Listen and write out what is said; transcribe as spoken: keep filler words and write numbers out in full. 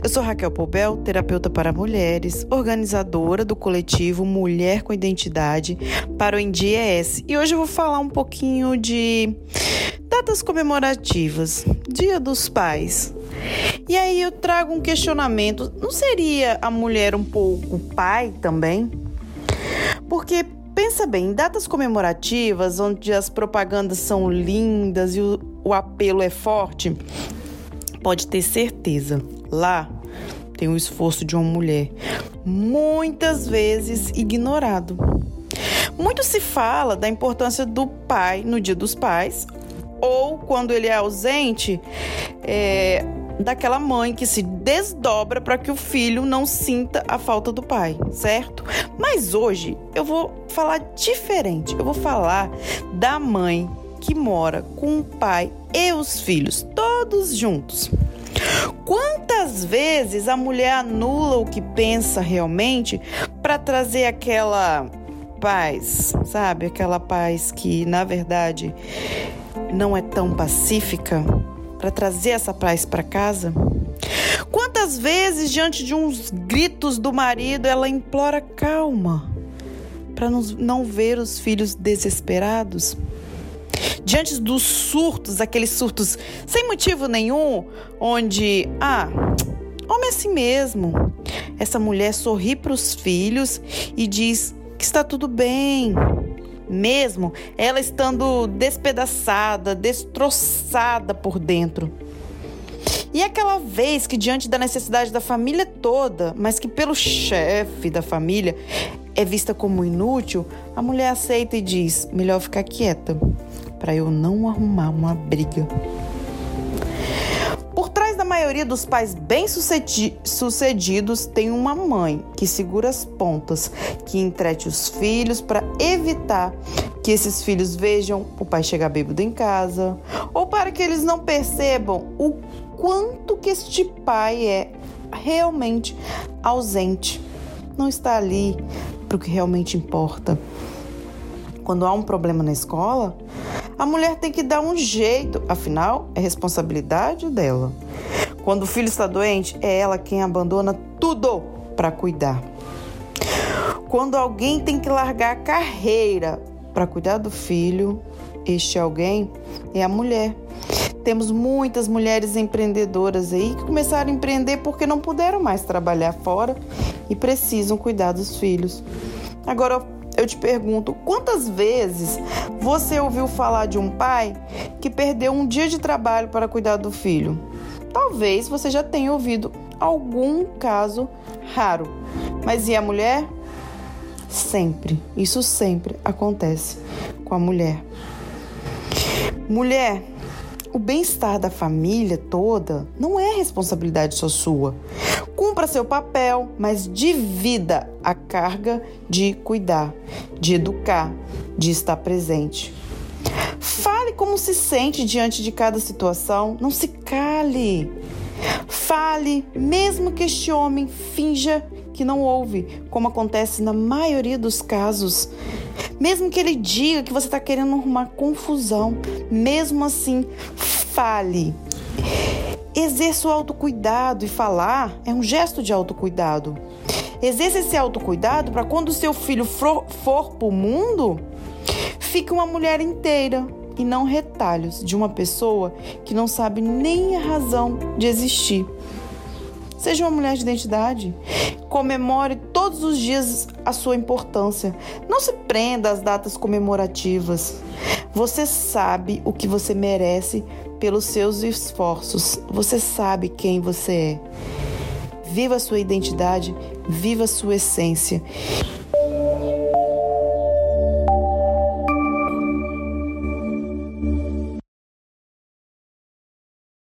Eu sou Raquel Poubel, terapeuta para mulheres, organizadora do coletivo Mulher com Identidade para o N D E S. E hoje eu vou falar um pouquinho de datas comemorativas, Dia dos Pais. E aí eu trago um questionamento, não seria a mulher um pouco pai também? Porque pensa bem, datas comemorativas onde as propagandas são lindas e o, o apelo é forte, pode ter certeza, lá tem o esforço de uma mulher, muitas vezes ignorado. Muito se fala da importância do pai no Dia dos Pais, ou quando ele é ausente, é, daquela mãe que se desdobra para que o filho não sinta a falta do pai, certo? Mas hoje eu vou falar diferente, eu vou falar da mãe que mora com o pai e os filhos, todos juntos. Quantas vezes a mulher anula o que pensa realmente para trazer aquela paz, sabe? Aquela paz que, na verdade, não é tão pacífica, para trazer essa paz para casa? Quantas vezes, diante de uns gritos do marido, ela implora calma, para não ver os filhos desesperados? Diante dos surtos, aqueles surtos sem motivo nenhum, onde, ah, homem é assim mesmo. Essa mulher sorri para os filhos e diz que está tudo bem, mesmo ela estando despedaçada, destroçada por dentro. E aquela vez que, diante da necessidade da família toda, mas que pelo chefe da família é vista como inútil, a mulher aceita e diz: melhor ficar quieta, para eu não arrumar uma briga. Por trás da maioria dos pais bem-sucedidos tem uma mãe que segura as pontas, que entrete os filhos para evitar que esses filhos vejam o pai chegar bêbado em casa, ou para que eles não percebam o quanto que este pai é realmente ausente, não está ali para o que realmente importa. Quando há um problema na escola, a mulher tem que dar um jeito, afinal, é responsabilidade dela. Quando o filho está doente, é ela quem abandona tudo para cuidar. Quando alguém tem que largar a carreira para cuidar do filho, este alguém é a mulher. Temos muitas mulheres empreendedoras aí que começaram a empreender porque não puderam mais trabalhar fora e precisam cuidar dos filhos. Agora, eu te pergunto, quantas vezes você ouviu falar de um pai que perdeu um dia de trabalho para cuidar do filho? Talvez você já tenha ouvido algum caso raro. Mas e a mulher? Sempre, isso sempre acontece com a mulher. Mulher, o bem-estar da família toda não é responsabilidade só sua. Cumpra seu papel, mas divida a carga de cuidar, de educar, de estar presente. Fale como se sente diante de cada situação, não se cale. Fale, mesmo que este homem finja que não ouve, como acontece na maioria dos casos. Mesmo que ele diga que você está querendo arrumar confusão, mesmo assim, fale. Exerça o autocuidado, e falar é um gesto de autocuidado. Exerça esse autocuidado para quando o seu filho for, for para o mundo, fique uma mulher inteira e não retalhos de uma pessoa que não sabe nem a razão de existir. Seja uma mulher de identidade. Comemore todos os dias a sua importância. Não se prenda às datas comemorativas. Você sabe o que você merece pelos seus esforços. Você sabe quem você é. Viva a sua identidade, viva a sua essência.